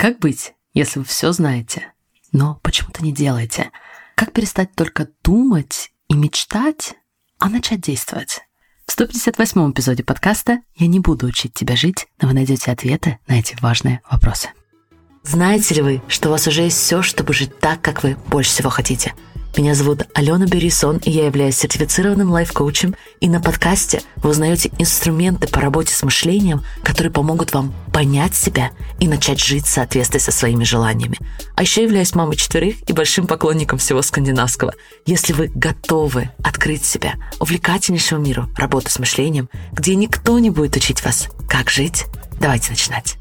Как быть, если вы все знаете, но почему-то не делаете? Как перестать только думать и мечтать, а начать действовать? В 158-м эпизоде подкаста «Я не буду учить тебя жить», но вы найдете ответы на эти важные вопросы. Знаете ли вы, что у вас уже есть все, чтобы жить так, как вы больше всего хотите? Меня зовут Алена Берисон, и я являюсь сертифицированным лайф-коучем, и на подкасте вы узнаете инструменты по работе с мышлением, которые помогут вам понять себя и начать жить в соответствии со своими желаниями. А еще являюсь мамой 4 и большим поклонником всего скандинавского. Если вы готовы открыть себя увлекательнейшему миру работы с мышлением, где никто не будет учить вас, как жить, давайте начинать.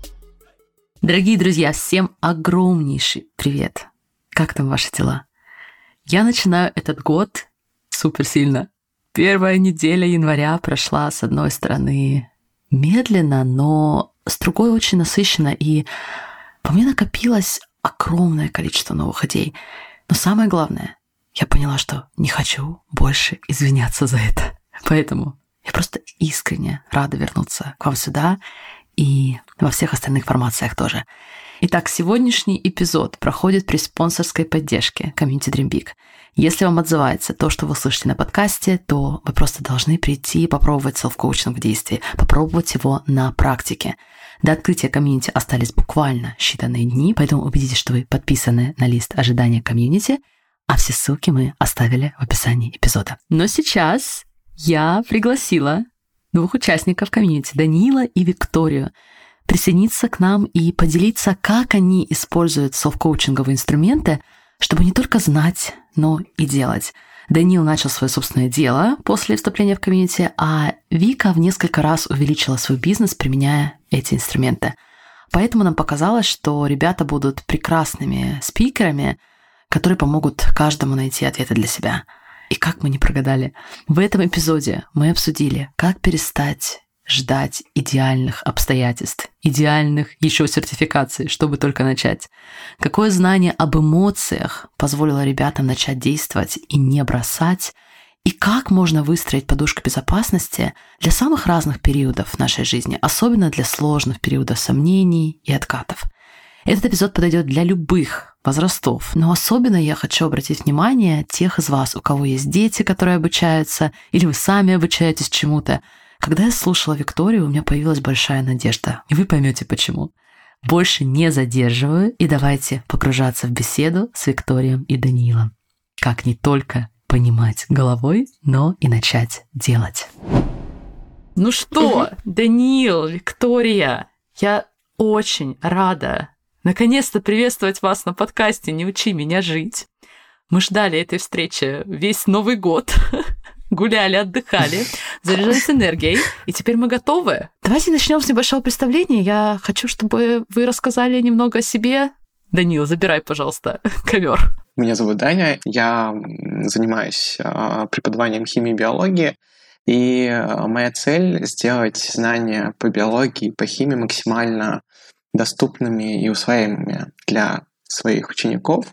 Дорогие друзья, всем огромнейший привет! Как там ваши дела? Я начинаю этот год супер сильно. Первая неделя января прошла, с одной стороны, медленно, но с другой очень насыщенно, и по мне накопилось огромное количество новых идей. Но самое главное, я поняла, что не хочу больше извиняться за это. Поэтому я просто искренне рада вернуться к вам сюда и во всех остальных формациях тоже. Итак, сегодняшний эпизод проходит при спонсорской поддержке Community Dream Big. Если вам отзывается то, что вы слышите на подкасте, то вы просто должны прийти и попробовать селф-коучинг в действии, попробовать его на практике. До открытия комьюнити остались буквально считанные дни, поэтому убедитесь, что вы подписаны на лист ожидания комьюнити, а все ссылки мы оставили в описании эпизода. Но сейчас я пригласила 2 участников комьюнити, Даниила и Викторию, присоединиться к нам и поделиться, как они используют селф-коучинговые инструменты, чтобы не только знать, но и делать. Даниил начал свое собственное дело после вступления в комьюнити, а Вика в несколько раз увеличила свой бизнес, применяя эти инструменты. Поэтому нам показалось, что ребята будут прекрасными спикерами, которые помогут каждому найти ответы для себя. И как мы не прогадали. В этом эпизоде мы обсудили, как перестать ждать идеальных обстоятельств, идеальных еще сертификаций, чтобы только начать. Какое знание об эмоциях позволило ребятам начать действовать и не бросать, и как можно выстроить подушку безопасности для самых разных периодов нашей жизни, особенно для сложных периодов сомнений и откатов. Этот эпизод подойдет для любых возрастов, но особенно я хочу обратить внимание тех из вас, у кого есть дети, которые обучаются, или вы сами обучаетесь чему-то. Когда я слушала Викторию, у меня появилась большая надежда, и вы поймете почему. Больше не задерживаю, и давайте погружаться в беседу с Викторией и Даниилом. Как не только понимать головой, но и начать делать. Ну что, Даниил, Виктория, я очень рада наконец-то приветствовать вас на подкасте «Не учи меня жить». Мы ждали этой встречи весь Новый год. Гуляли, отдыхали, заряжались энергией, и теперь мы готовы. Давайте начнем с небольшого представления. Я хочу, чтобы вы рассказали немного о себе. Даниил, забирай, пожалуйста, ковер. Меня зовут Даня, я занимаюсь преподаванием химии и биологии, и моя цель — сделать знания по биологии, по химии максимально доступными и усвояемыми для своих учеников.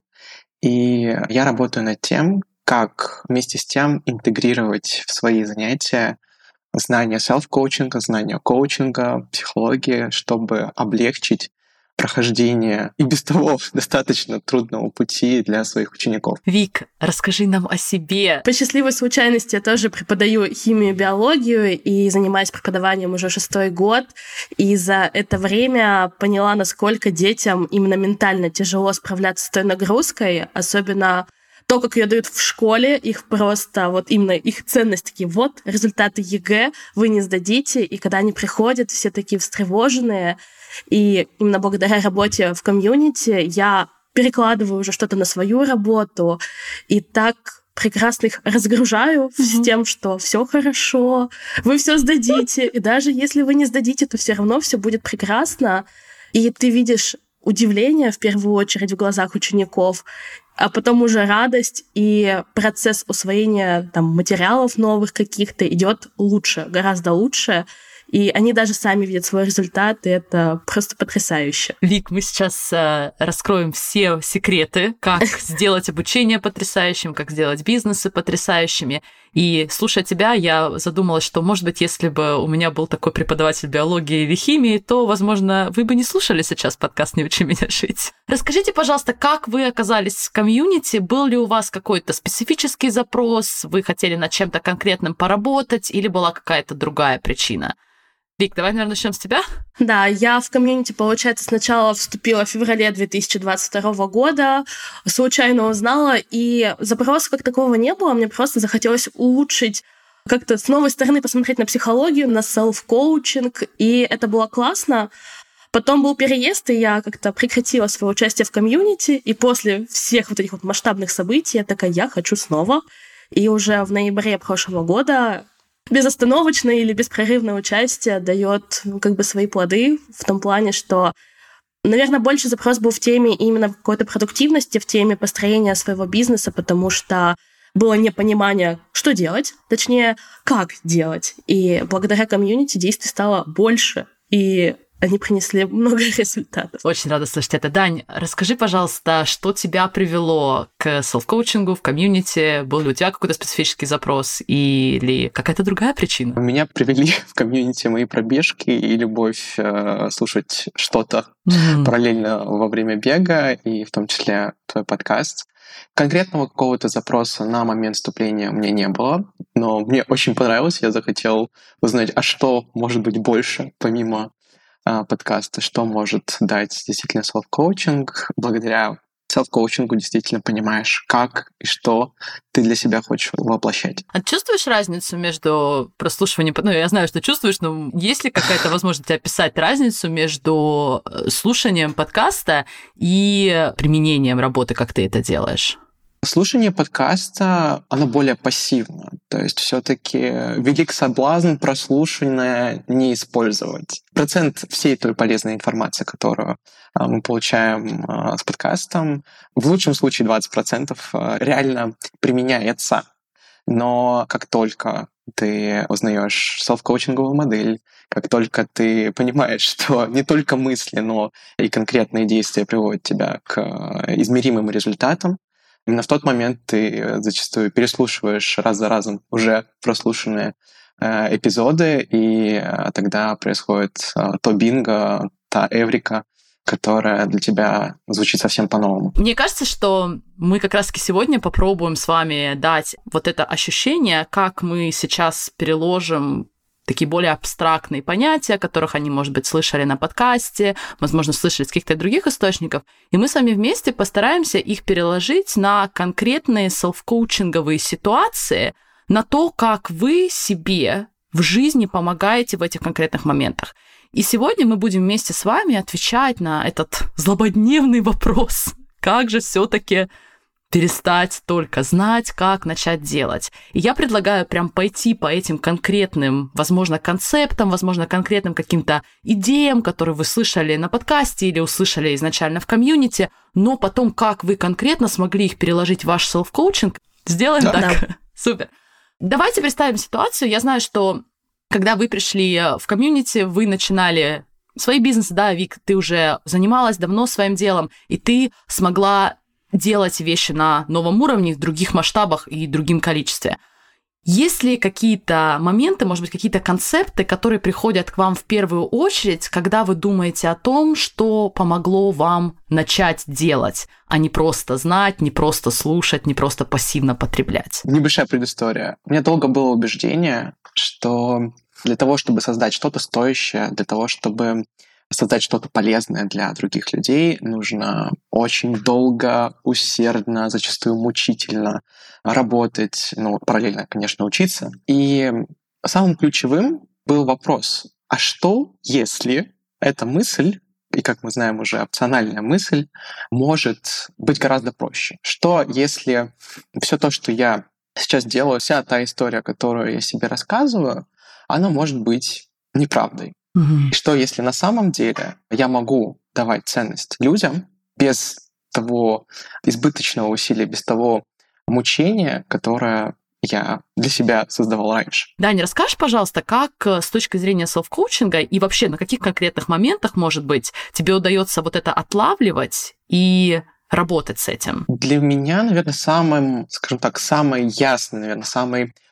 И я работаю над тем, как вместе с тем интегрировать в свои занятия знания селф-коучинга, знания коучинга, психологии, чтобы облегчить прохождение и без того достаточно трудного пути для своих учеников. Вик, расскажи нам о себе. По счастливой случайности я тоже преподаю химию и биологию и занимаюсь преподаванием уже 6-й год. И за это время поняла, насколько детям именно ментально тяжело справляться с той нагрузкой, особенно то, как ее дают в школе, их просто, вот именно их ценность такие, вот, результаты ЕГЭ вы не сдадите, и когда они приходят, все такие встревоженные, и именно благодаря работе в комьюнити я перекладываю уже что-то на свою работу, и так прекрасно их разгружаю с тем, что все хорошо, вы все сдадите, и даже если вы не сдадите, то все равно все будет прекрасно, и ты видишь удивление в первую очередь в глазах учеников, а потом уже радость, и процесс усвоения там, материалов новых каких-то идет лучше, гораздо лучше. И они даже сами видят свой результат, и это просто потрясающе. Вик, мы сейчас раскроем все секреты, как сделать обучение потрясающим, как сделать бизнесы потрясающими. И, слушая тебя, я задумалась, что, может быть, если бы у меня был такой преподаватель биологии или химии, то, возможно, вы бы не слушали сейчас подкаст «Не учи меня жить». Расскажите, пожалуйста, как вы оказались в комьюнити? Был ли у вас какой-то специфический запрос? Вы хотели над чем-то конкретным поработать? Или была какая-то другая причина? Вик, давай, наверное, начнем с тебя. Да, я в комьюнити, получается, сначала вступила в феврале 2022 года, случайно узнала, и запроса как такового не было, мне просто захотелось улучшить, как-то с новой стороны посмотреть на психологию, на селф-коучинг, и это было классно. Потом был переезд, и я как-то прекратила свое участие в комьюнити, и после всех вот этих вот масштабных событий я такая, я хочу снова. И уже в ноябре прошлого года безостановочное или беспрерывное участие дает как бы свои плоды в том плане, что, наверное, больше запрос был в теме именно какой-то продуктивности, в теме построения своего бизнеса, потому что было непонимание, что делать, точнее, как делать. И благодаря комьюнити действий стало больше, и они принесли много результатов. Очень рада слышать это. Дань, расскажи, пожалуйста, что тебя привело к селф-коучингу в комьюнити? Был ли у тебя какой-то специфический запрос или какая-то другая причина? Меня привели в комьюнити мои пробежки и любовь слушать что-то параллельно во время бега, и в том числе твой подкаст. Конкретного какого-то запроса на момент вступления у меня не было, но мне очень понравилось, я захотел узнать, а что может быть больше, помимо подкаста, что может дать действительно селф-коучинг. Благодаря селф-коучингу действительно понимаешь, как и что ты для себя хочешь воплощать. А чувствуешь разницу между прослушиванием... Ну, я знаю, что чувствуешь, но есть ли какая-то возможность описать разницу между слушанием подкаста и применением работы, как ты это делаешь? Слушание подкаста, оно более пассивно. То есть все-таки велик соблазн прослушанное не использовать. Процент всей той полезной информации, которую мы получаем с подкастом, в лучшем случае 20% реально применяется. Но как только ты узнаешь селф-коучинговую модель, как только ты понимаешь, что не только мысли, но и конкретные действия приводят тебя к измеримым результатам, именно в тот момент ты зачастую переслушиваешь раз за разом уже прослушанные эпизоды, и тогда происходит то бинго, та эврика, которая для тебя звучит совсем по-новому. Мне кажется, что мы как раз-таки сегодня попробуем с вами дать вот это ощущение, как мы сейчас переложим такие более абстрактные понятия, о которых они, может быть, слышали на подкасте, возможно, слышали с каких-то других источников, и мы с вами вместе постараемся их переложить на конкретные селф-коучинговые ситуации, на то, как вы себе в жизни помогаете в этих конкретных моментах. И сегодня мы будем вместе с вами отвечать на этот злободневный вопрос. Как же все-таки перестать только знать, как начать делать. И я предлагаю прям пойти по этим конкретным, возможно, концептам, возможно, конкретным каким-то идеям, которые вы слышали на подкасте или услышали изначально в комьюнити, но потом, как вы конкретно смогли их переложить в ваш селф-коучинг, сделаем так. Да. Супер. Давайте представим ситуацию. Я знаю, что когда вы пришли в комьюнити, вы начинали свои бизнесы, да, Вик, ты уже занималась давно своим делом, и ты смогла делать вещи на новом уровне, в других масштабах и другим количестве. Есть ли какие-то моменты, может быть, какие-то концепты, которые приходят к вам в первую очередь, когда вы думаете о том, что помогло вам начать делать, а не просто знать, не просто слушать, не просто пассивно потреблять? Небольшая предыстория. У меня долго было убеждение, что для того, чтобы создать что-то стоящее, для того, чтобы создать что-то полезное для других людей, нужно очень долго, усердно, зачастую мучительно работать, параллельно, конечно, учиться. И самым ключевым был вопрос, а что, если эта мысль, и, как мы знаем, уже опциональная мысль, может быть гораздо проще? Что, если все то, что я сейчас делаю, вся та история, которую я себе рассказываю, она может быть неправдой? И что, если на самом деле я могу давать ценность людям без того избыточного усилия, без того мучения, которое я для себя создавал раньше? Даня, расскажешь, пожалуйста, как с точки зрения селф-коучинга и вообще на каких конкретных моментах, может быть, тебе удается вот это отлавливать и работать с этим? Для меня, наверное, самый ясный, самый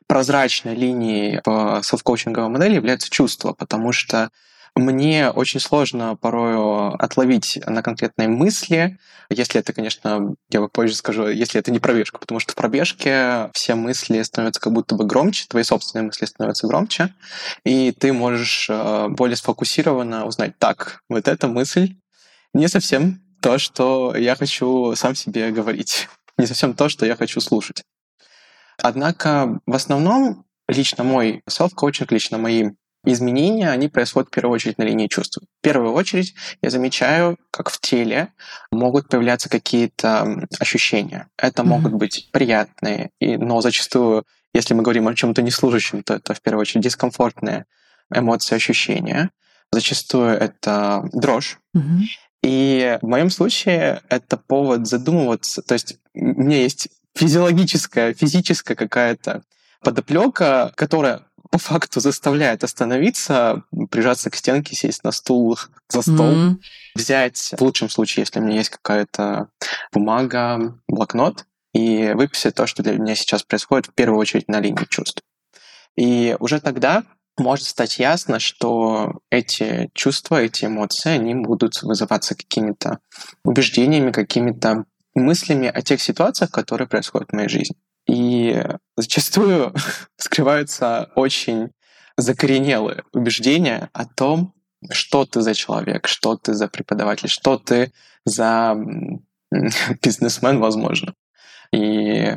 прозрачной линией в селф-коучинговой модели является чувство, потому что мне очень сложно порою отловить на конкретной мысли, если это, конечно, я позже скажу, если это не пробежка, потому что в пробежке все мысли становятся как будто бы громче, твои собственные мысли становятся громче, и ты можешь более сфокусированно узнать, так, вот эта мысль не совсем то, что я хочу сам себе говорить, не совсем то, что я хочу слушать. Однако в основном лично мой селф-коучинг, лично мои изменения, они происходят в первую очередь на линии чувств. В первую очередь я замечаю, как в теле могут появляться какие-то ощущения. Это могут быть приятные, но зачастую, если мы говорим о чем-то неслужащем, то это в первую очередь дискомфортные эмоции, ощущения. Зачастую это дрожь. И в моем случае это повод задумываться. То есть у меня есть физическая какая-то подоплека, которая по факту заставляет остановиться, прижаться к стенке, сесть на стул, за стол, взять, в лучшем случае, если у меня есть какая-то бумага, блокнот, и выписать то, что для меня сейчас происходит, в первую очередь на линии чувств. И уже тогда может стать ясно, что эти чувства, эти эмоции, они будут вызываться какими-то убеждениями, какими-то мыслями о тех ситуациях, которые происходят в моей жизни. И зачастую скрываются очень закоренелые убеждения о том, что ты за человек, что ты за преподаватель, что ты за бизнесмен, возможно. И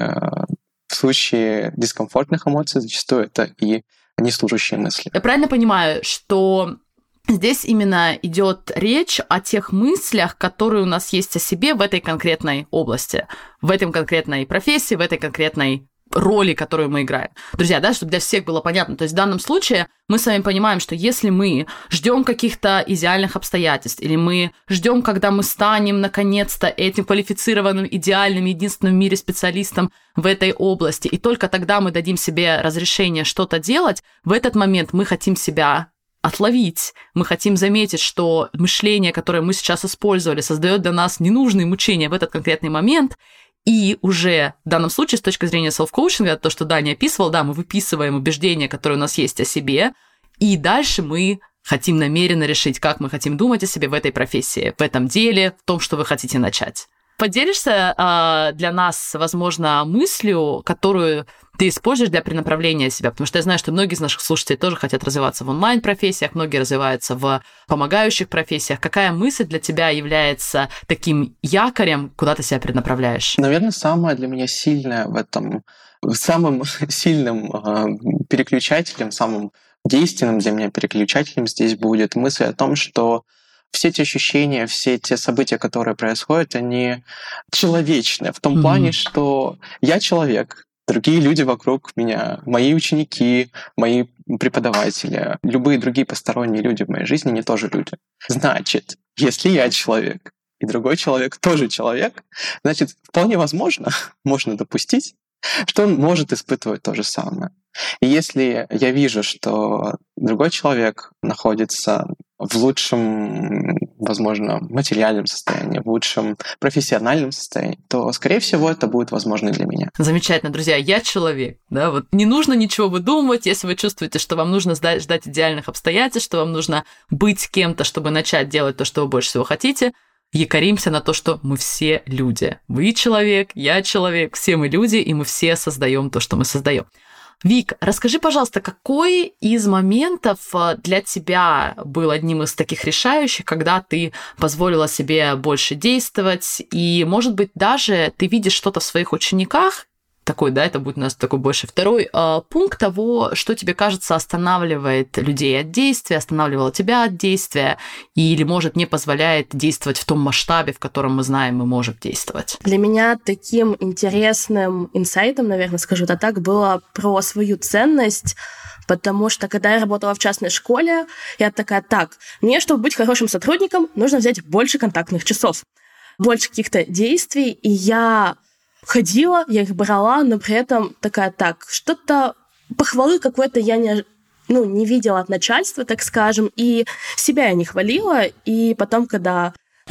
в случае дискомфортных эмоций зачастую это и неслужащие мысли. Я правильно понимаю, что здесь именно идет речь о тех мыслях, которые у нас есть о себе в этой конкретной области, в этой конкретной профессии, в этой конкретной роли, которую мы играем. Друзья, да, чтобы для всех было понятно. То есть в данном случае мы с вами понимаем, что если мы ждем каких-то идеальных обстоятельств, или мы ждем, когда мы станем наконец-то этим квалифицированным, идеальным, единственным в мире специалистом в этой области, и только тогда мы дадим себе разрешение что-то делать, в этот момент мы хотим себя отловить. Мы хотим заметить, что мышление, которое мы сейчас использовали, создает для нас ненужные мучения в этот конкретный момент. И уже в данном случае, с точки зрения селф-коучинга, то, что Даня описывал, да, мы выписываем убеждения, которые у нас есть о себе, и дальше мы хотим намеренно решить, как мы хотим думать о себе в этой профессии, в этом деле, в том, что вы хотите начать. Поделишься для нас, возможно, мыслью, которую ты используешь для перенаправления себя? Потому что я знаю, что многие из наших слушателей тоже хотят развиваться в онлайн-профессиях, многие развиваются в помогающих профессиях. Какая мысль для тебя является таким якорем, куда ты себя перенаправляешь? Наверное, самое для меня сильное в этом, самым сильным переключателем, самым действенным для меня переключателем здесь будет мысль о том, что все эти ощущения, все те события, которые происходят, они человечны. В том плане, что я человек, другие люди вокруг меня, мои ученики, мои преподаватели, любые другие посторонние люди в моей жизни, они тоже люди. Значит, если я человек, и другой человек тоже человек, значит, вполне возможно, можно допустить, что он может испытывать то же самое. И если я вижу, что другой человек находится в лучшем, возможно, материальном состоянии, в лучшем профессиональном состоянии, то, скорее всего, это будет возможно и для меня. Замечательно, друзья. Я человек. Да? Вот не нужно ничего выдумывать, если вы чувствуете, что вам нужно ждать идеальных обстоятельств, что вам нужно быть кем-то, чтобы начать делать то, что вы больше всего хотите. Якоримся на то, что мы все люди. Вы человек, я человек, все мы люди, и мы все создаем то, что мы создаем. Вик, расскажи, пожалуйста, какой из моментов для тебя был одним из таких решающих, когда ты позволила себе больше действовать, и, может быть, даже ты видишь что-то в своих учениках, такой, да, это будет у нас такой больше второй пункт того, что тебе кажется останавливает людей от действия, останавливало тебя от действия, или, может, не позволяет действовать в том масштабе, в котором мы знаем, мы можем действовать. Для меня таким интересным инсайтом, наверное, скажу это так, было про свою ценность, потому что, когда я работала в частной школе, я такая, так, мне, чтобы быть хорошим сотрудником, нужно взять больше контактных часов, больше каких-то действий, и я ходила, я их брала, но при этом такая, так, что-то похвалы какой-то я не видела от начальства, так скажем, и себя я не хвалила, и потом, когда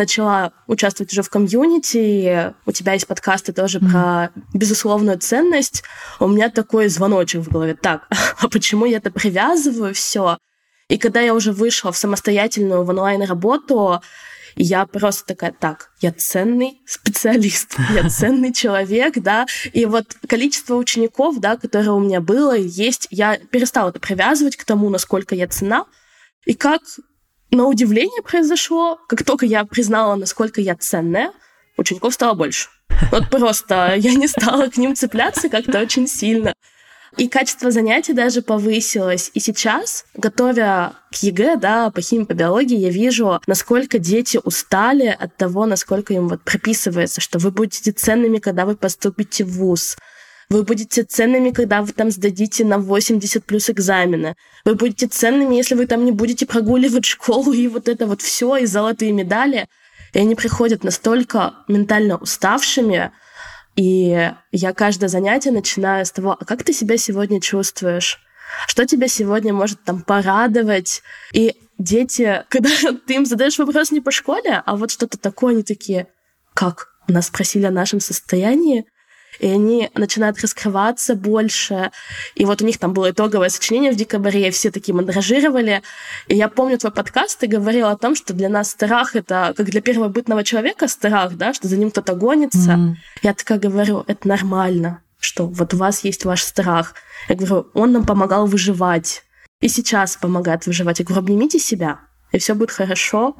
начала участвовать уже в комьюнити, у тебя есть подкасты тоже про безусловную ценность, у меня такой звоночек в голове. Так, а почему я это привязываю все? И когда я уже вышла в самостоятельную, в онлайн-работу, я просто такая, так, я ценный специалист, я ценный человек, да, и вот количество учеников, да, которое у меня было и есть, я перестала это привязывать к тому, насколько я ценна, и как на удивление произошло, как только я признала, насколько я ценная, учеников стало больше. Вот просто я не стала к ним цепляться как-то очень сильно. И качество занятий даже повысилось. И сейчас, готовя к ЕГЭ, да, по химии, по биологии, я вижу, насколько дети устали от того, насколько им вот приписывается, что вы будете ценными, когда вы поступите в вуз. Вы будете ценными, когда вы там сдадите на 80 плюс экзамены. Вы будете ценными, если вы там не будете прогуливать школу и вот это вот все, и золотые медали. И они приходят настолько ментально уставшими, и я каждое занятие начинаю с того, а как ты себя сегодня чувствуешь? Что тебя сегодня может там порадовать? И дети, когда ты им задаешь вопрос не по школе, а вот что-то такое, они такие, как? Нас спросили о нашем состоянии? И они начинают раскрываться больше. И вот у них там было итоговое сочинение в декабре, все такие мандражировали. И я помню твой подкаст, ты говорил о том, что для нас страх — это как для первобытного человека страх, да, что за ним кто-то гонится. Я такая говорю, это нормально, что вот у вас есть ваш страх. Я говорю, он нам помогал выживать. И сейчас помогает выживать. Я говорю, обнимите себя, и все будет хорошо.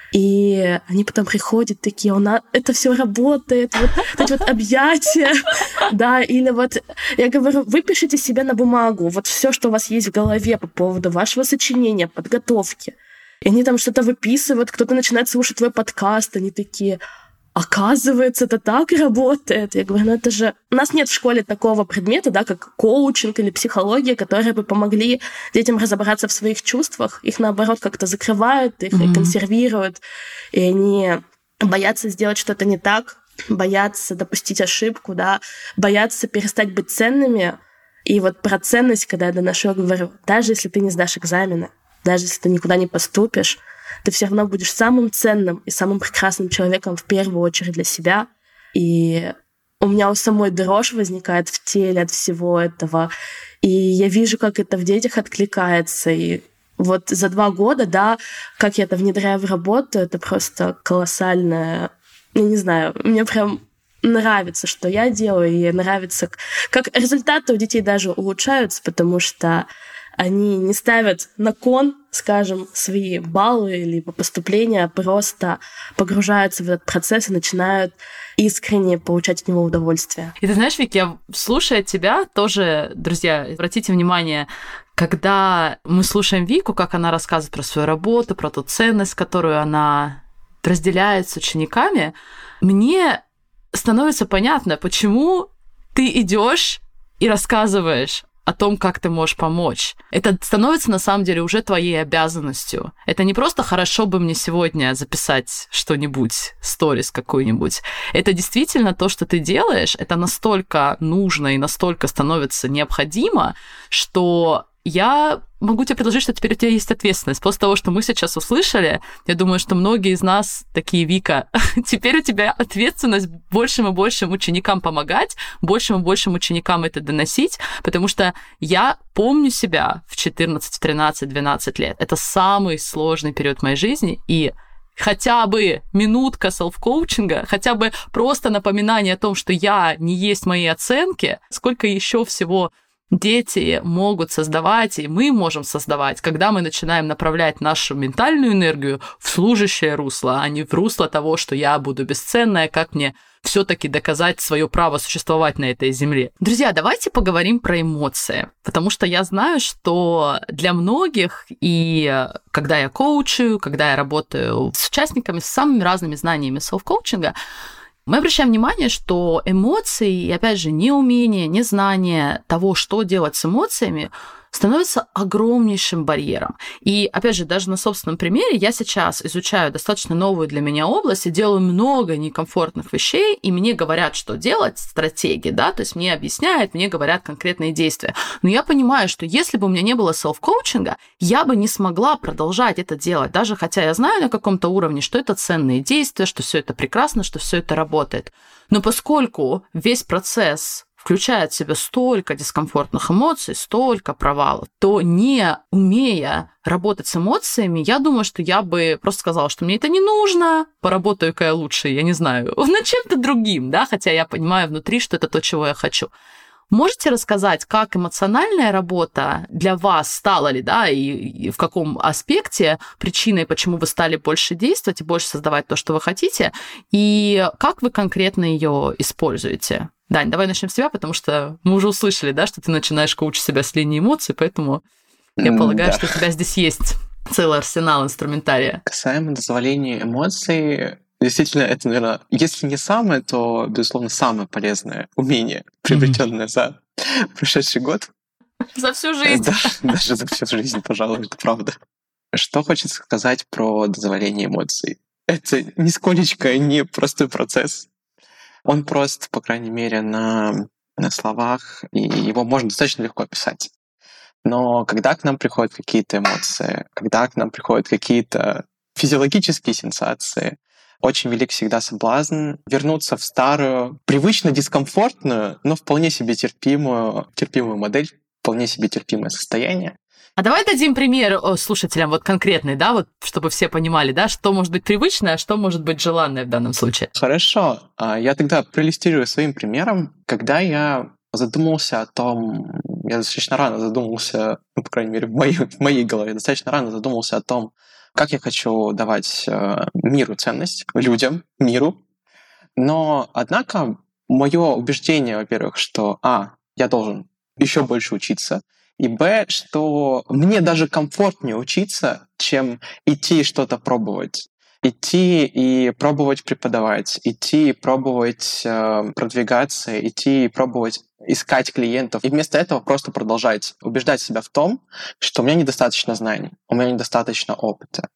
И они потом приходят такие, это все работает, вот эти вот объятия, да, или вот я говорю, выпишите себе на бумагу вот все, что у вас есть в голове по поводу вашего сочинения, подготовки. И они там что-то выписывают, кто-то начинает слушать твой подкаст, они такие, оказывается, это так работает. Я говорю, это же... У нас нет в школе такого предмета, да, как коучинг или психология, которые бы помогли детям разобраться в своих чувствах. Их, наоборот, как-то закрывают, их консервируют, и они боятся сделать что-то не так, боятся допустить ошибку, да, боятся перестать быть ценными. И вот про ценность, когда я доношу, я говорю, даже если ты не сдашь экзамены, даже если ты никуда не поступишь, ты все равно будешь самым ценным и самым прекрасным человеком в первую очередь для себя. И у меня у самой дрожь возникает в теле от всего этого. И я вижу, как это в детях откликается. И вот за 2 года, да, как я это внедряю в работу, это просто колоссальное... Я не знаю, мне прям нравится, что я делаю, и нравится, как результаты у детей даже улучшаются, потому что они не ставят на кон, скажем, свои баллы или поступления, просто погружаются в этот процесс и начинают искренне получать от него удовольствие. И ты знаешь, Вик, я, слушая тебя, тоже, друзья, обратите внимание, когда мы слушаем Вику, как она рассказывает про свою работу, про ту ценность, которую она разделяет с учениками, мне становится понятно, почему ты идешь и рассказываешь о том, как ты можешь помочь. Это становится, на самом деле, уже твоей обязанностью. Это не просто «хорошо бы мне сегодня записать что-нибудь, сторис какой-нибудь». Это действительно то, что ты делаешь, это настолько нужно и настолько становится необходимо, что я могу тебе предложить, что теперь у тебя есть ответственность. После того, что мы сейчас услышали, я думаю, что многие из нас такие, Вика, теперь у тебя ответственность большим и большим ученикам помогать, большим и большим ученикам это доносить, потому что я помню себя в 14, 13, 12 лет. Это самый сложный период моей жизни, и хотя бы минутка селф-коучинга, хотя бы просто напоминание о том, что я не есть мои оценки, сколько еще всего дети могут создавать, и мы можем создавать, когда мы начинаем направлять нашу ментальную энергию в служащее русло, а не в русло того, что я буду бесценная, как мне все-таки доказать свое право существовать на этой земле. Друзья, давайте поговорим про эмоции, потому что я знаю, что для многих, и когда я коучу, когда я работаю с участниками с самыми разными знаниями селф-коучинга, мы обращаем внимание, что эмоции, и опять же, неумение, незнание того, что делать с эмоциями, становится огромнейшим барьером. И, опять же, даже на собственном примере я сейчас изучаю достаточно новую для меня область и делаю много некомфортных вещей, и мне говорят, что делать, стратегии, да, то есть мне объясняют, мне говорят конкретные действия. Но я понимаю, что если бы у меня не было селф-коучинга, я бы не смогла продолжать это делать, даже хотя я знаю на каком-то уровне, что это ценные действия, что все это прекрасно, что все это работает. Но поскольку весь процесс включает в себя столько дискомфортных эмоций, столько провалов, то не умея работать с эмоциями, я думаю, что я бы просто сказала, что мне это не нужно, поработаю-ка я лучше, я не знаю, над чем-то другим, да, хотя я понимаю внутри, что это то, чего я хочу. Можете рассказать, как эмоциональная работа для вас стала ли, да, и в каком аспекте причиной, почему вы стали больше действовать и больше создавать то, что вы хотите, и как вы конкретно ее используете? Дань, давай начнем с тебя, потому что мы уже услышали, да, что ты начинаешь коучить себя с линии эмоций, поэтому я полагаю, что у тебя здесь есть целый арсенал инструментария. Касаемо дозволения эмоций, действительно, это, наверное, если не самое, то, безусловно, самое полезное умение, приобретенное за прошедший год. За всю жизнь. Да, даже за всю жизнь, пожалуй, это правда. Что хочется сказать про дозволение эмоций? Это нисколечко не простой процесс. Он прост, по крайней мере, на словах, и его можно достаточно легко описать. Но когда к нам приходят какие-то эмоции, когда к нам приходят какие-то физиологические сенсации, очень велик всегда соблазн вернуться в старую, привычно дискомфортную, но вполне себе терпимую модель, вполне себе терпимое состояние. А давай дадим пример слушателям вот конкретный, да, вот чтобы все понимали, да, что может быть привычное, а что может быть желанное в данном случае. Хорошо. Я тогда проиллюстрирую своим примером. Когда я задумался о том, я достаточно рано задумался, ну, по крайней мере, в моей голове, достаточно рано задумался о том, как я хочу давать миру ценность, людям, миру. Но, однако, мое убеждение, во-первых, что я должен еще больше учиться, и б, что мне даже комфортнее учиться, чем идти и что-то пробовать. Идти и пробовать преподавать, идти и пробовать продвигаться, идти и пробовать искать клиентов. И вместо этого просто продолжать убеждать себя в том, что у меня недостаточно знаний, у меня недостаточно опыта.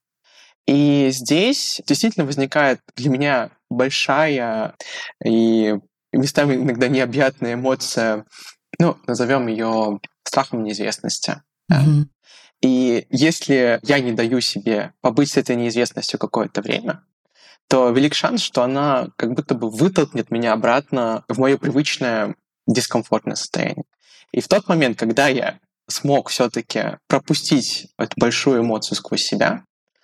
И здесь действительно возникает для меня большая и местами иногда необъятная эмоция, назовем ее страхом неизвестности. Mm-hmm. И если я не даю себе побыть с этой неизвестностью какое-то время, то велик шанс, что она как будто бы вытолкнет меня обратно в мое привычное дискомфортное состояние. И в тот момент, когда я смог все-таки пропустить эту большую эмоцию сквозь себя,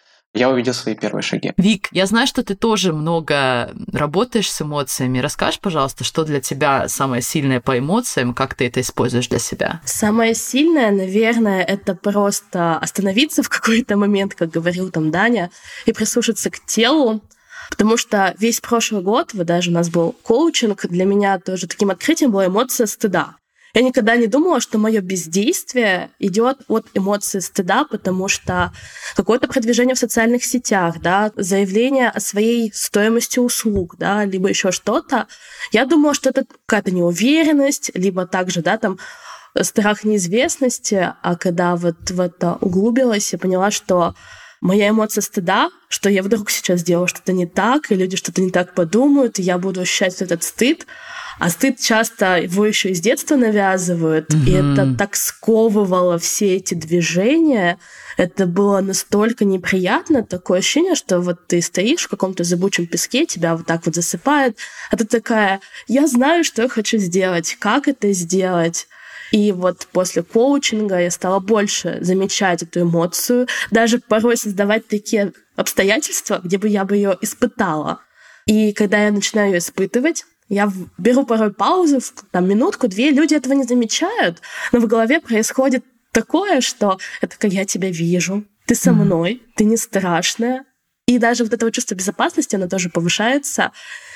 я увидел свои первые шаги. Вик, я знаю, что ты тоже много работаешь с эмоциями. Расскажешь, пожалуйста, что для тебя самое сильное по эмоциям, как ты это используешь для себя? Самое сильное, наверное, это просто остановиться в какой-то момент, как говорил там Даня, и прислушаться к телу. Потому что весь прошлый год, вот даже у нас был коучинг, для меня тоже таким открытием была эмоция стыда. Я никогда не думала, что мое бездействие идет от эмоции стыда, потому что какое-то продвижение в социальных сетях, да, заявление о своей стоимости услуг, да, либо еще что-то. Я думала, что это какая-то неуверенность, либо также, да, там страх неизвестности. А когда вот в это углубилась, я поняла, что моя эмоция стыда, что я вдруг сейчас сделала что-то не так, и люди что-то не так подумают, и я буду ощущать этот стыд. А стыд часто его еще и с детства навязывают, и это так сковывало все эти движения. Это было настолько неприятно, такое ощущение, что вот ты стоишь в каком-то зыбучем песке, тебя вот так вот засыпает, а ты такая: я знаю, что я хочу сделать, как это сделать. И вот после коучинга я стала больше замечать эту эмоцию, даже порой создавать такие обстоятельства, где бы я бы ее испытала. И когда я начинаю ее испытывать, я беру порой паузу, там, минутку-две, люди этого не замечают, но в голове происходит такое, что это как я тебя вижу, ты со мной, ты не страшная. И даже вот это вот чувство безопасности, оно тоже повышается.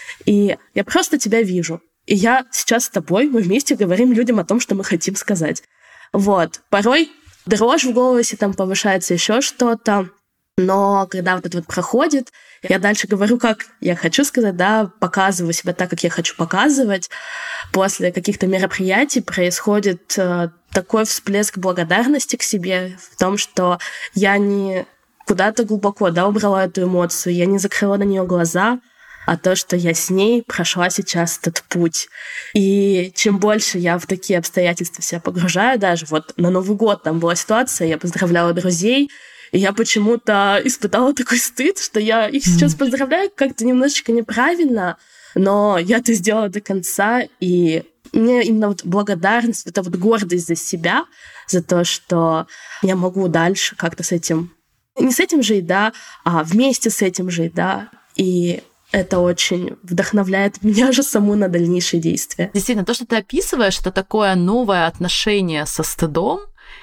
И я просто тебя вижу. И я сейчас с тобой, мы вместе говорим людям о том, что мы хотим сказать. Вот. Порой дрожь в голосе, там повышается еще что-то. Но когда вот это вот проходит, я дальше говорю, как я хочу сказать, да, показываю себя так, как я хочу показывать. После каких-то мероприятий происходит такой всплеск благодарности к себе в том, что я не куда-то глубоко, убрала эту эмоцию, я не закрыла на нее глаза, а то, что я с ней прошла сейчас этот путь. И чем больше я в такие обстоятельства себя погружаю, даже вот на Новый год там была ситуация, я поздравляла друзей, и я почему-то испытала такой стыд, что я их сейчас поздравляю как-то немножечко неправильно, но я это сделала до конца, и мне именно вот благодарность, это вот гордость за себя, за то, что я могу дальше как-то с этим, не с этим жить, а вместе с этим жить, и это очень вдохновляет меня же саму на дальнейшие действия. Действительно, то, что ты описываешь, это такое новое отношение со стыдом,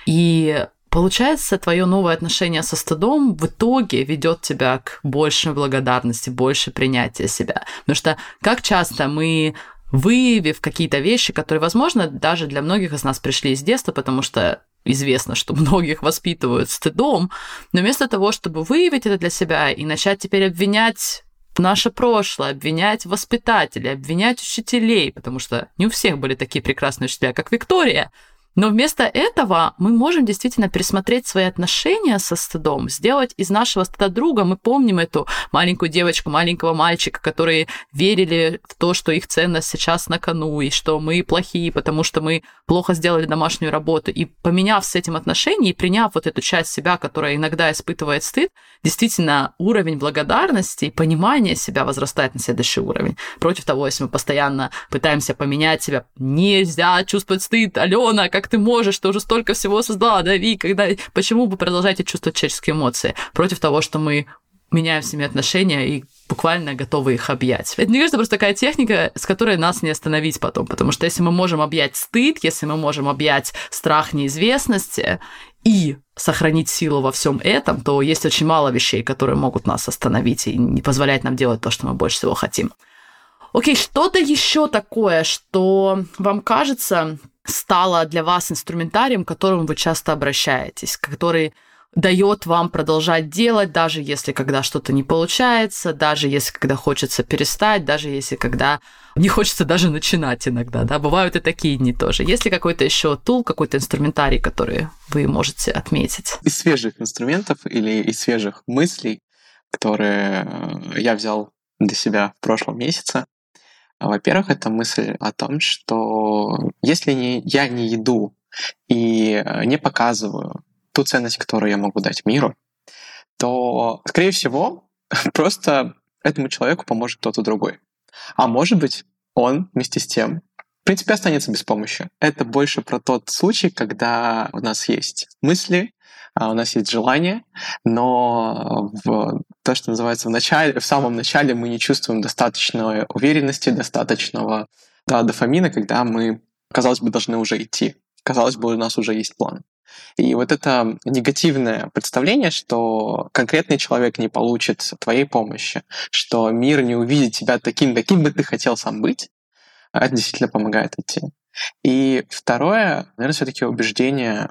и получается, твое новое отношение со стыдом в итоге ведет тебя к большей благодарности, больше принятия себя. Потому что как часто мы, выявив какие-то вещи, которые, возможно, даже для многих из нас пришли из детства, потому что известно, что многих воспитывают стыдом, но вместо того, чтобы выявить это для себя и начать теперь обвинять наше прошлое, обвинять воспитателей, обвинять учителей, потому что не у всех были такие прекрасные учителя, как Виктория. Но вместо этого мы можем действительно пересмотреть свои отношения со стыдом, сделать из нашего стыда друга. Мы помним эту маленькую девочку, маленького мальчика, которые верили в то, что их ценность сейчас на кону, и что мы плохие, потому что мы плохо сделали домашнюю работу. И поменяв с этим отношения, и приняв вот эту часть себя, которая иногда испытывает стыд, действительно уровень благодарности и понимания себя возрастает на следующий уровень. Против того, если мы постоянно пытаемся поменять себя, нельзя чувствовать стыд, Алена, как ты можешь, ты уже столько всего создала, Ви, почему вы продолжаете чувствовать человеческие эмоции? Против того, что мы меняем с ними отношения и буквально готовы их объять. Это, мне кажется, просто такая техника, с которой нас не остановить потом, потому что если мы можем объять стыд, если мы можем объять страх неизвестности и сохранить силу во всем этом, то есть очень мало вещей, которые могут нас остановить и не позволять нам делать то, что мы больше всего хотим. Окей, что-то еще такое, что вам кажется стало для вас инструментарием, к которому вы часто обращаетесь, который дает вам продолжать делать, даже если когда что-то не получается, даже если когда хочется перестать, даже если когда не хочется даже начинать иногда, бывают и такие дни тоже. Есть ли какой-то еще тул, какой-то инструментарий, который вы можете отметить? Из свежих инструментов или из свежих мыслей, которые я взял для себя в прошлом месяце, во-первых, это мысль о том, что если я не иду и не показываю ту ценность, которую я могу дать миру, то, скорее всего, просто этому человеку поможет кто-то другой. А может быть, он вместе с тем, в принципе, останется без помощи. Это больше про тот случай, когда у нас есть мысли, у нас есть желание, но то, что называется в самом начале мы не чувствуем достаточной уверенности, достаточного дофамина, когда мы, казалось бы, должны уже идти. Казалось бы, у нас уже есть план. И вот это негативное представление, что конкретный человек не получит твоей помощи, что мир не увидит тебя таким, каким бы ты хотел сам быть, это действительно помогает идти. И второе, наверное, все-таки убеждение,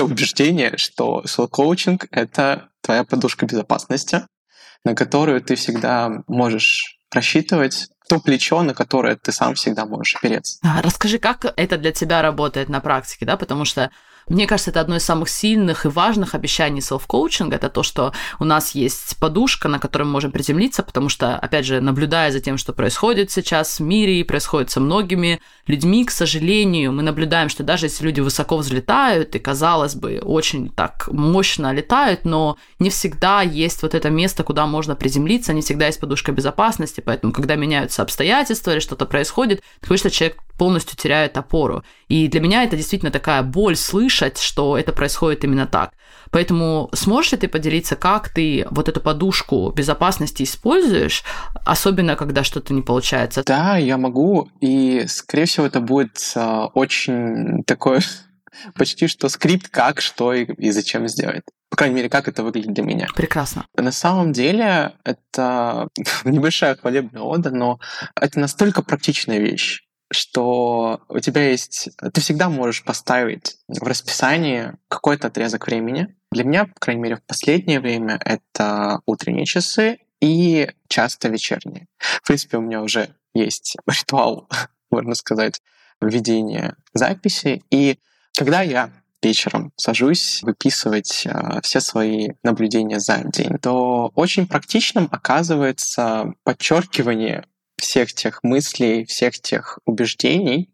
что соул-коучинг — это твоя подушка безопасности, на которую ты всегда можешь рассчитывать, то плечо, на которое ты сам всегда можешь опереться. Расскажи, как это для тебя работает на практике, потому что мне кажется, это одно из самых сильных и важных обещаний селф-коучинга. Это то, что у нас есть подушка, на которой мы можем приземлиться, потому что, опять же, наблюдая за тем, что происходит сейчас в мире и происходит со многими людьми, к сожалению, мы наблюдаем, что даже если люди высоко взлетают и, казалось бы, очень так мощно летают, но не всегда есть вот это место, куда можно приземлиться, не всегда есть подушка безопасности, поэтому, когда меняются обстоятельства или что-то происходит, такое, что человек полностью теряет опору. И для меня это действительно такая боль слышать, что это происходит именно так. Поэтому сможешь ли ты поделиться, как ты вот эту подушку безопасности используешь, особенно когда что-то не получается? Да, я могу, и, скорее всего, это будет очень такой почти что скрипт, как, что и зачем сделать. По крайней мере, как это выглядит для меня. Прекрасно. На самом деле, это небольшая хвалебная ода, но это настолько практичная вещь, что у тебя есть... Ты всегда можешь поставить в расписании какой-то отрезок времени. Для меня, по крайней мере, в последнее время это утренние часы и часто вечерние. В принципе, у меня уже есть ритуал, можно сказать, введения записи. И Когда я вечером сажусь выписывать все свои наблюдения за день, то очень практичным оказывается подчеркивание всех тех мыслей, всех тех убеждений,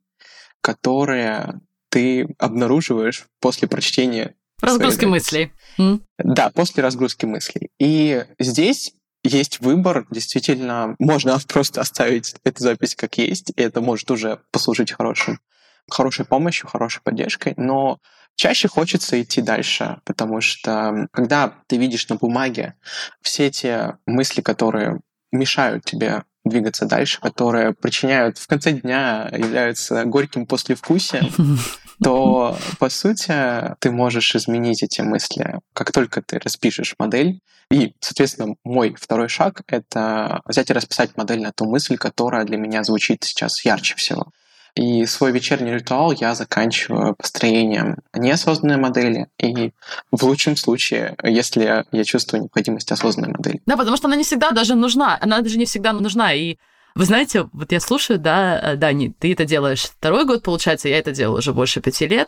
которые ты обнаруживаешь после прочтения разгрузки мыслей. Да, после разгрузки мыслей. И здесь есть выбор. Действительно, можно просто оставить эту запись как есть, и это может уже послужить хорошей помощью, хорошей поддержкой, но чаще хочется идти дальше, потому что когда ты видишь на бумаге все те мысли, которые мешают тебе двигаться дальше, которые причиняют в конце дня, являются горьким послевкусием, то, по сути, ты можешь изменить эти мысли, как только ты распишешь модель. И, соответственно, мой второй шаг — это взять и расписать модель на ту мысль, которая для меня звучит сейчас ярче всего. И свой вечерний ритуал я заканчиваю построением неосознанной модели и, в лучшем случае, если я чувствую необходимость осознанной модели. Да, потому что она не всегда даже нужна. Она даже не всегда нужна. И вы знаете, вот я слушаю, да, Дани, ты это делаешь 2-й год, получается, я это делаю уже больше 5 лет.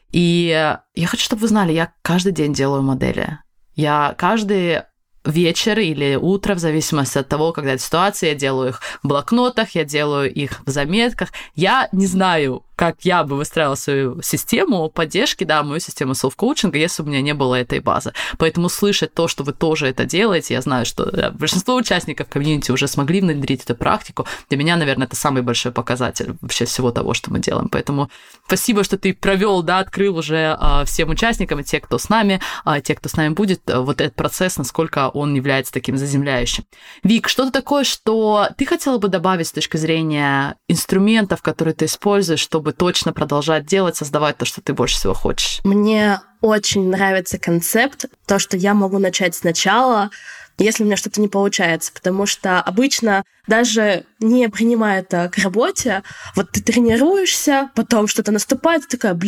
И я хочу, чтобы вы знали, я каждый день делаю модели. Я каждый вечер или утро, в зависимости от того, когда это ситуация, я делаю их в блокнотах, я делаю их в заметках. Я не знаю, как я бы выстраивала свою систему поддержки, да, мою систему селф-коучинга, если бы у меня не было этой базы. Поэтому слышать то, что вы тоже это делаете, я знаю, что большинство участников комьюнити уже смогли внедрить эту практику. Для меня, наверное, это самый большой показатель вообще всего того, что мы делаем. Поэтому спасибо, что ты провел, да, открыл уже всем участникам, и те, кто с нами, те, кто с нами будет, вот этот процесс, насколько он является таким заземляющим. Вик, что-то такое, что ты хотела бы добавить с точки зрения инструментов, которые ты используешь, чтобы точно продолжать делать, создавать то, что ты больше всего хочешь? Мне очень нравится концепт, то, что я могу начать сначала, если у меня что-то не получается, потому что обычно, даже не принимая это к работе, вот ты тренируешься, потом что-то наступает, ты такая,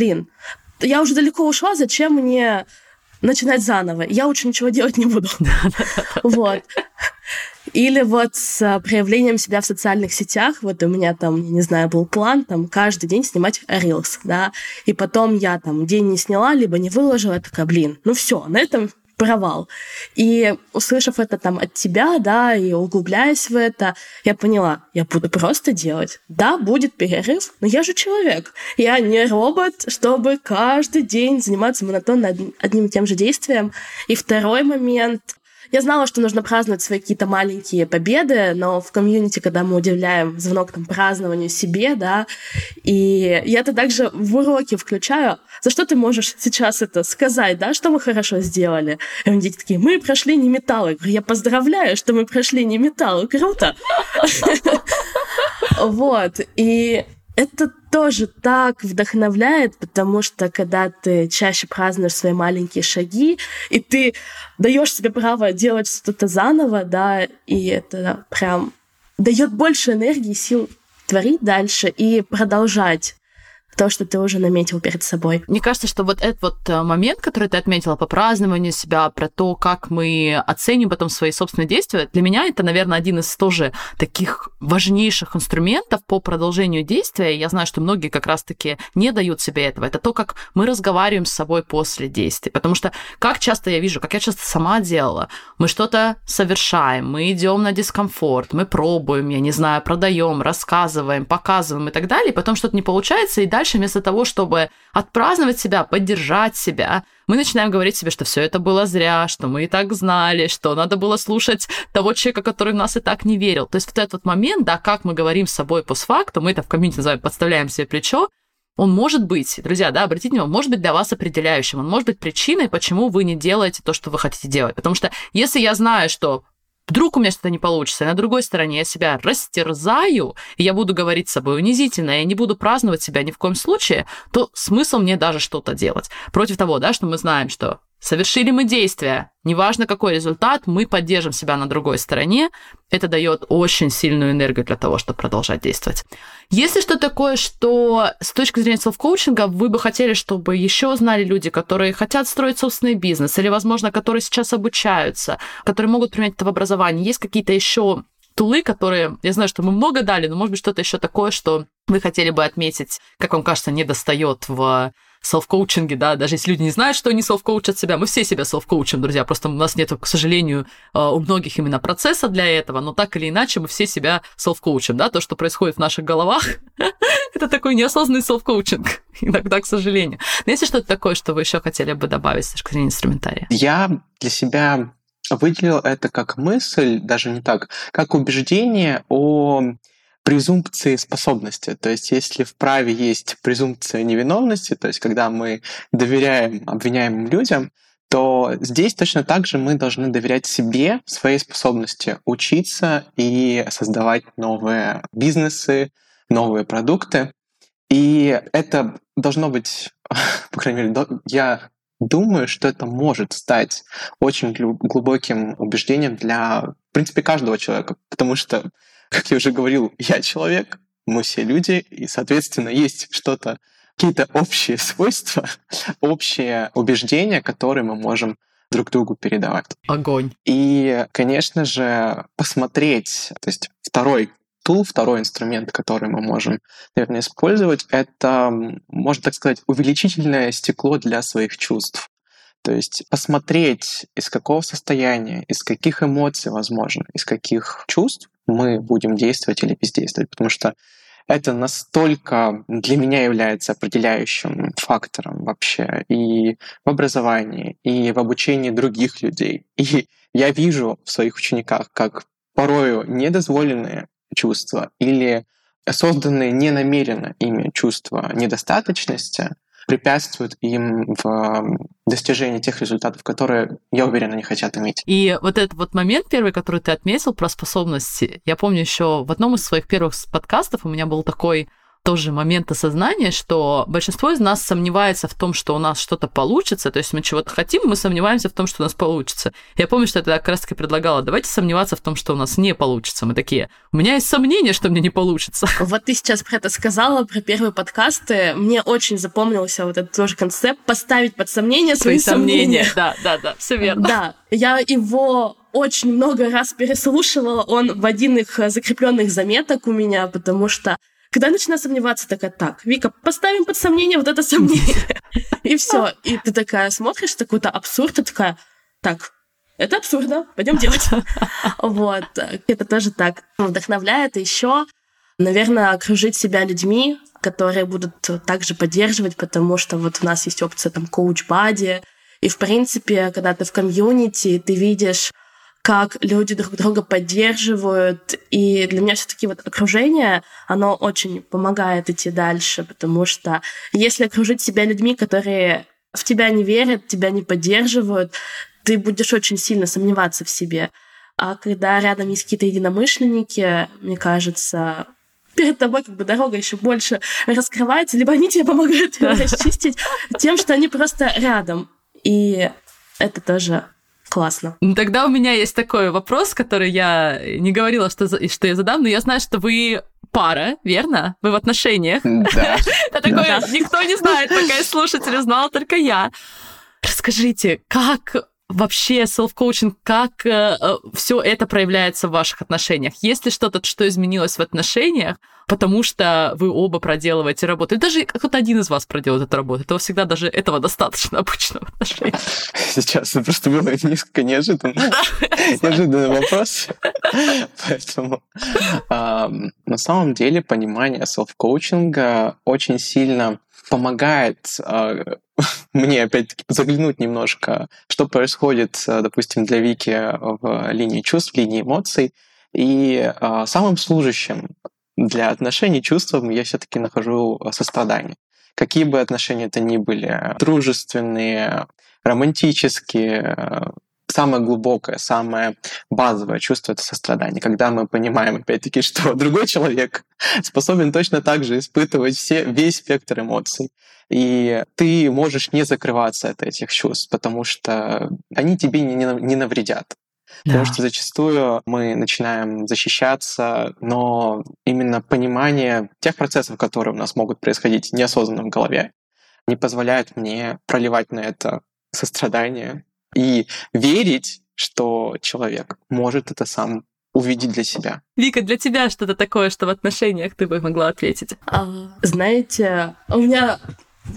я уже далеко ушла, зачем мне начинать заново? Я лучше ничего делать не буду. Вот. Или вот с проявлением себя в социальных сетях. Вот у меня там, не знаю, был план там каждый день снимать рилс, да, и потом я там день не сняла, либо не выложила, я такая, все, на этом провал. И услышав это там от тебя, да, и углубляясь в это, я поняла, я буду просто делать. Да, будет перерыв, но я же человек. Я не робот, чтобы каждый день заниматься монотонно одним и тем же действием. И второй момент. Я знала, что нужно праздновать свои какие-то маленькие победы, но в комьюнити, когда мы уделяем звонок там, празднованию себе, да, и я это также в уроке включаю, за что ты можешь сейчас это сказать, да, что мы хорошо сделали. И дети такие, мы прошли не металл. Я говорю, я поздравляю, что мы прошли не металл, круто. Вот, и это тоже так вдохновляет, потому что когда ты чаще празднуешь свои маленькие шаги, и ты даешь себе право делать что-то заново, да, и это прям дает больше энергии, сил творить дальше и продолжать то, что ты уже наметил перед собой. Мне кажется, что вот этот вот момент, который ты отметила по празднованию себя, про то, как мы оценим потом свои собственные действия, для меня это, наверное, один из тоже таких важнейших инструментов по продолжению действия. Я знаю, что многие как раз-таки не дают себе этого. Это то, как мы разговариваем с собой после действий. Потому что как часто я вижу, как я часто сама делала, мы что-то совершаем, мы идем на дискомфорт, мы пробуем, я не знаю, продаем, рассказываем, показываем и так далее, и потом что-то не получается, и дальше вместо того, чтобы отпраздновать себя, поддержать себя, мы начинаем говорить себе, что все это было зря, что мы и так знали, что надо было слушать того человека, который в нас и так не верил. То есть вот этот момент, да, как мы говорим с собой постфактум, мы это в комьюнити называем «подставляем себе плечо», он может быть, друзья, да, обратите внимание, он может быть для вас определяющим, он может быть причиной, почему вы не делаете то, что вы хотите делать. Потому что если я знаю, что вдруг у меня что-то не получится, и на другой стороне я себя растерзаю, и я буду говорить с собой унизительно, и я не буду праздновать себя ни в коем случае, то смысл мне даже что-то делать. Против того, да, что мы знаем, что совершили мы действие, неважно какой результат, мы поддержим себя на другой стороне, это дает очень сильную энергию для того, чтобы продолжать действовать. Если что такое, что с точки зрения селф-коучинга вы бы хотели, чтобы еще знали люди, которые хотят строить собственный бизнес, или, возможно, которые сейчас обучаются, которые могут применять это в образовании, есть какие-то еще тулы, которые, я знаю, что мы много дали, но, может быть, что-то еще такое, что вы хотели бы отметить, как вам кажется, недостает в селф-коучинге, да, даже если люди не знают, что они селф-коучат себя, мы все себя селф-коучим, друзья, просто у нас нет, к сожалению, у многих именно процесса для этого, но так или иначе мы все себя селф-коучим, да, то, что происходит в наших головах, это такой неосознанный селф-коучинг, иногда, к сожалению. Но есть что-то такое, что вы еще хотели бы добавить с точки зрения инструментария? Я для себя выделил это как мысль, даже не так, как убеждение о презумпции способности. То есть если в праве есть презумпция невиновности, то есть когда мы доверяем обвиняемым людям, то здесь точно так же мы должны доверять себе, своей способности учиться и создавать новые бизнесы, новые продукты. И это должно быть, по крайней мере, я думаю, что это может стать очень глубоким убеждением для, в принципе, каждого человека. Потому что, как я уже говорил, я человек, мы все люди, и, соответственно, есть что-то, какие-то общие свойства, общие убеждения, которые мы можем друг другу передавать. Огонь. И, конечно же, посмотреть, то есть второй инструмент, который мы можем, наверное, использовать, это, можно так сказать, увеличительное стекло для своих чувств. То есть посмотреть, из какого состояния, из каких эмоций, возможно, из каких чувств мы будем действовать или бездействовать. Потому что это настолько для меня является определяющим фактором вообще и в образовании, и в обучении других людей. И я вижу в своих учениках, как порою недозволенные чувства или созданные ненамеренно ими чувства недостаточности препятствуют им в достижении тех результатов, которые, я уверен, они хотят иметь. И вот этот вот момент первый, который ты отметил про способности, я помню еще в одном из своих первых подкастов у меня был такой тоже момент осознания, что большинство из нас сомневается в том, что у нас что-то получится, то есть мы чего-то хотим, мы сомневаемся в том, что у нас получится. Я помню, что я тогда как раз-таки предлагала, давайте сомневаться в том, что у нас не получится. Мы такие, у меня есть сомнение, что мне не получится. Вот ты сейчас про это сказала, про первые подкасты. Мне очень запомнился вот этот тоже концепт поставить под сомнение свои сомнения. Да, все верно. Да, я его очень много раз переслушивала, он в один из закрепленных заметок у меня, потому что когда я начинаю сомневаться, такая, так, Вика, поставим под сомнение вот это сомнение. И все. И ты такая смотришь, какой-то абсурд, и такая, так, это абсурдно, пойдем делать. Вот. Это тоже так вдохновляет. И еще, наверное, окружить себя людьми, которые будут также поддерживать, потому что вот у нас есть опция там коуч-бади. И, в принципе, когда ты в комьюнити, ты видишь, как люди друг друга поддерживают. И для меня все-таки вот окружение, оно очень помогает идти дальше, потому что если окружить себя людьми, которые в тебя не верят, тебя не поддерживают, ты будешь очень сильно сомневаться в себе. А когда рядом есть какие-то единомышленники, мне кажется, перед тобой как бы дорога еще больше раскрывается, либо они тебе помогают ее расчистить тем, что они просто рядом. И это тоже классно. Тогда у меня есть такой вопрос, который я не говорила, что я задам, но я знаю, что вы пара, верно? Вы в отношениях. Да. Это такое, никто не знает, пока из слушателей знала только я. Расскажите, как вообще селф-коучинг, как все это проявляется в ваших отношениях? Есть ли что-то, что изменилось в отношениях, потому что вы оба проделываете работу? Или даже кто-то один из вас проделает эту работу? Этого всегда даже этого достаточно обычно в отношениях. Сейчас это просто было несколько неожиданный вопрос. Поэтому на самом деле понимание селф-коучинга очень сильно помогает мне, опять-таки, заглянуть немножко, что происходит, допустим, для Вики в линии чувств, в линии эмоций. И самым служащим для отношений чувством я все-таки нахожу сострадание. Какие бы отношения это ни были, дружественные, романтические, самое глубокое, самое базовое чувство — это сострадание. Когда мы понимаем, опять-таки, что другой человек способен точно так же испытывать весь спектр эмоций. И ты можешь не закрываться от этих чувств, потому что они тебе не навредят. Да. Потому что зачастую мы начинаем защищаться, но именно понимание тех процессов, которые у нас могут происходить неосознанно в голове, не позволяет мне проливать на это сострадание и верить, что человек может это сам увидеть для себя. Вика, для тебя что-то такое, что в отношениях ты бы могла ответить? Знаете, у меня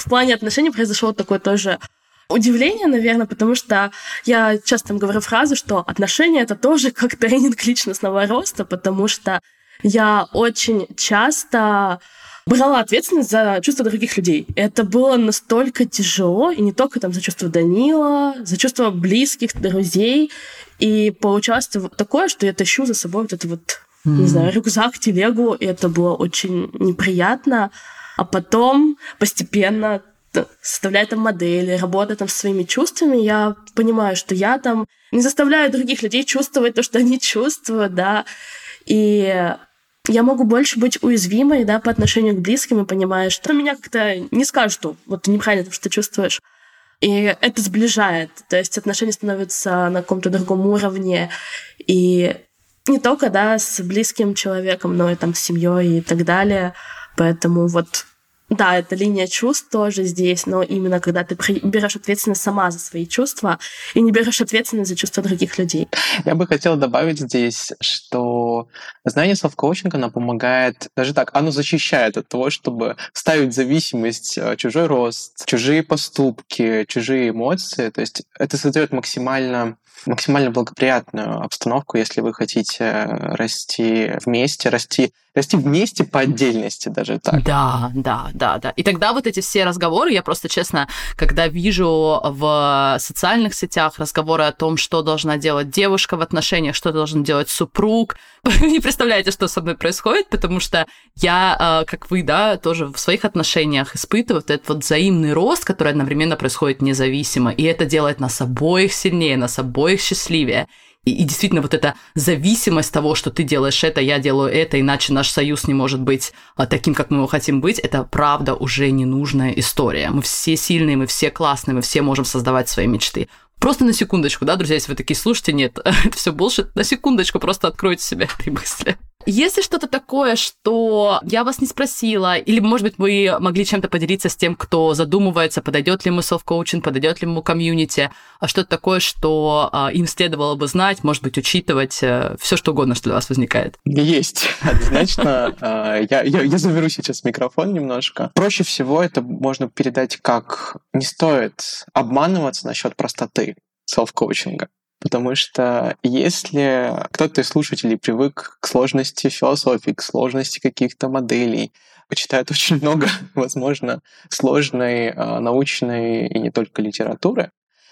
в плане отношений произошло такое тоже удивление, наверное, потому что я часто говорю фразу, что отношения — это тоже как тренинг личностного роста, потому что я очень часто брала ответственность за чувства других людей. Это было настолько тяжело, и не только там за чувства Данила, за чувства близких, друзей. И получалось такое, что я тащу за собой вот это вот, не знаю, рюкзак, телегу, и это было очень неприятно. А потом постепенно, составляя там модели, работая там со своими чувствами, я понимаю, что я там не заставляю других людей чувствовать то, что они чувствуют, да, и я могу больше быть уязвимой, да, по отношению к близким, и понимаю, что меня как-то не скажут, что вот неправильно, что ты чувствуешь. И это сближает, то есть отношения становятся на каком-то другом уровне, и не только, да, с близким человеком, но и там с семьей и так далее. Поэтому вот, да, это линия чувств тоже здесь, но именно когда ты берешь ответственность сама за свои чувства и не берешь ответственность за чувства других людей. Я бы хотел добавить здесь, что знание селф-коучинга, оно помогает, даже так, оно защищает от того, чтобы ставить зависимость, чужой рост, чужие поступки, чужие эмоции. То есть это создает максимально благоприятную обстановку, если вы хотите расти вместе по отдельности даже так. Да. И тогда вот эти все разговоры, я просто, честно, когда вижу в социальных сетях разговоры о том, что должна делать девушка в отношениях, что должен делать супруг, вы не представляете, что со мной происходит, потому что я, как вы, да, тоже в своих отношениях испытываю вот этот вот взаимный рост, который одновременно происходит независимо, и это делает нас обоих сильнее, нас обоих счастливее. И действительно вот эта зависимость того, что ты делаешь это, я делаю это, иначе наш союз не может быть таким, как мы его хотим быть, это правда уже ненужная история. Мы все сильные, мы все классные, мы все можем создавать свои мечты. Просто на секундочку, да, друзья, если вы такие слушаете, нет, это все булшит, на секундочку просто откройте себе этой мысли. Если что-то такое, что я вас не спросила, или, может быть, вы могли чем-то поделиться с тем, кто задумывается, подойдет ли ему селф-коучинг, подойдет ли ему комьюнити, а что-то такое, что им следовало бы знать, может быть, учитывать, все что угодно, что для вас возникает. Есть, однозначно. Я заберу сейчас микрофон немножко. Проще всего это можно передать как не стоит обманываться насчет простоты селф-коучинга. Потому что если кто-то из слушателей привык к сложности философии, к сложности каких-то моделей, почитает очень много, возможно, сложной научной и не только литературы,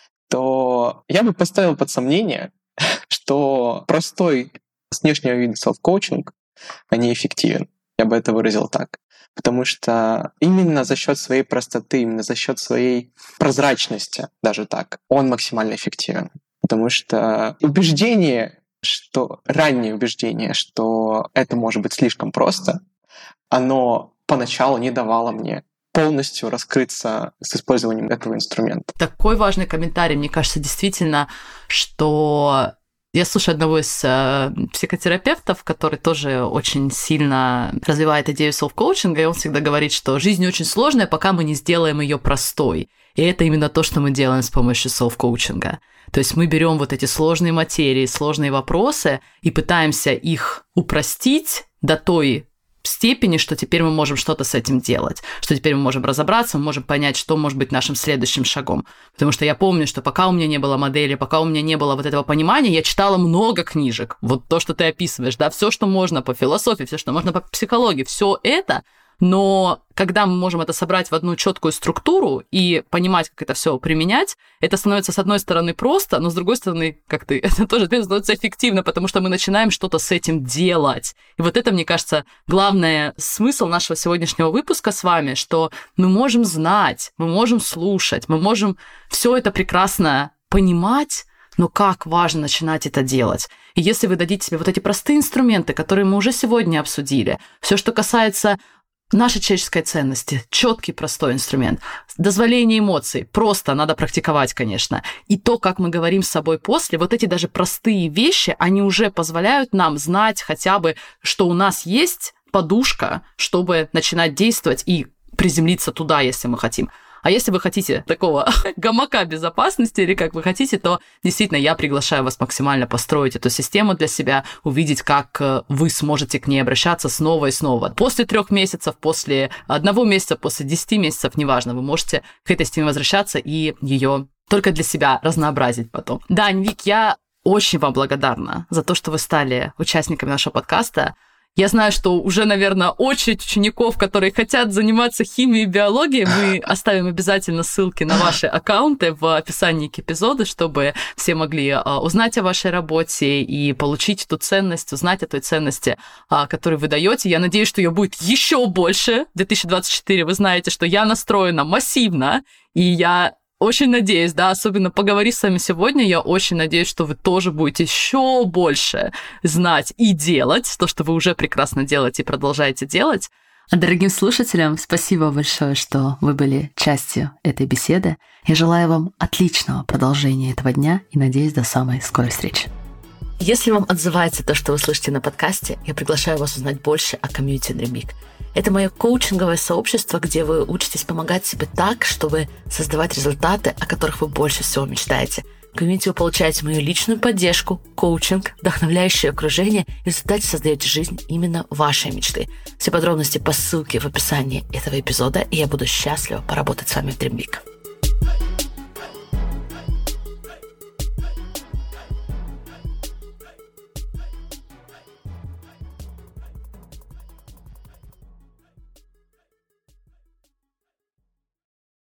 то я бы поставил под сомнение, что простой с внешнего вида селф-коучинг неэффективен. Я бы это выразил так. Потому что именно за счет своей простоты, именно за счет своей прозрачности, даже так, он максимально эффективен. Потому что раннее убеждение, что это может быть слишком просто, оно поначалу не давало мне полностью раскрыться с использованием этого инструмента. Такой важный комментарий, мне кажется, действительно, что я слушаю одного из психотерапевтов, который тоже очень сильно развивает идею селф-коучинга, и он всегда говорит, что жизнь очень сложная, пока мы не сделаем ее простой. И это именно то, что мы делаем с помощью селф-коучинга. То есть мы берем вот эти сложные материи, сложные вопросы и пытаемся их упростить до той степени, что теперь мы можем что-то с этим делать, что теперь мы можем разобраться, мы можем понять, что может быть нашим следующим шагом. Потому что я помню, что пока у меня не было модели, пока у меня не было вот этого понимания, я читала много книжек. Вот то, что ты описываешь, да, все, что можно по философии, все, что можно по психологии, все это. Но когда мы можем это собрать в одну четкую структуру и понимать, как это все применять, это становится, с одной стороны, просто, но с другой стороны, это тоже становится эффективно, потому что мы начинаем что-то с этим делать. И вот это, мне кажется, главный смысл нашего сегодняшнего выпуска с вами, что мы можем знать, мы можем слушать, мы можем все это прекрасно понимать, но как важно начинать это делать. И если вы дадите себе вот эти простые инструменты, которые мы уже сегодня обсудили, все, что касается нашей человеческой ценности, четкий, простой инструмент. Дозволение эмоций. Просто надо практиковать, конечно. И то, как мы говорим с собой после, вот эти даже простые вещи, они уже позволяют нам знать хотя бы, что у нас есть подушка, чтобы начинать действовать и приземлиться туда, если мы хотим. А если вы хотите такого гамака безопасности или как вы хотите, то действительно я приглашаю вас максимально построить эту систему для себя, увидеть, как вы сможете к ней обращаться снова и снова. После 3 месяцев, после 1 месяца, после 10 месяцев, неважно, вы можете к этой системе возвращаться и ее только для себя разнообразить потом. Дань, Вик, я очень вам благодарна за то, что вы стали участниками нашего подкаста. Я знаю, что уже, наверное, очередь учеников, которые хотят заниматься химией и биологией. Мы оставим обязательно ссылки на ваши аккаунты в описании к эпизоду, чтобы все могли узнать о вашей работе и получить эту ценность, узнать о той ценности, которую вы даете. Я надеюсь, что ее будет еще больше. 2024, вы знаете, что я настроена массивно, и я очень надеюсь, да, особенно поговорив с вами сегодня, я очень надеюсь, что вы тоже будете еще больше знать и делать то, что вы уже прекрасно делаете и продолжаете делать. А дорогим слушателям, спасибо большое, что вы были частью этой беседы. Я желаю вам отличного продолжения этого дня и надеюсь, до самой скорой встречи. Если вам отзывается то, что вы слышите на подкасте, я приглашаю вас узнать больше о комьюнити Dream Big. Это мое коучинговое сообщество, где вы учитесь помогать себе так, чтобы создавать результаты, о которых вы больше всего мечтаете. В комьюнити вы получаете мою личную поддержку, коучинг, вдохновляющее окружение и в результате создаете жизнь именно вашей мечты. Все подробности по ссылке в описании этого эпизода, и я буду счастлива поработать с вами в Dream Big.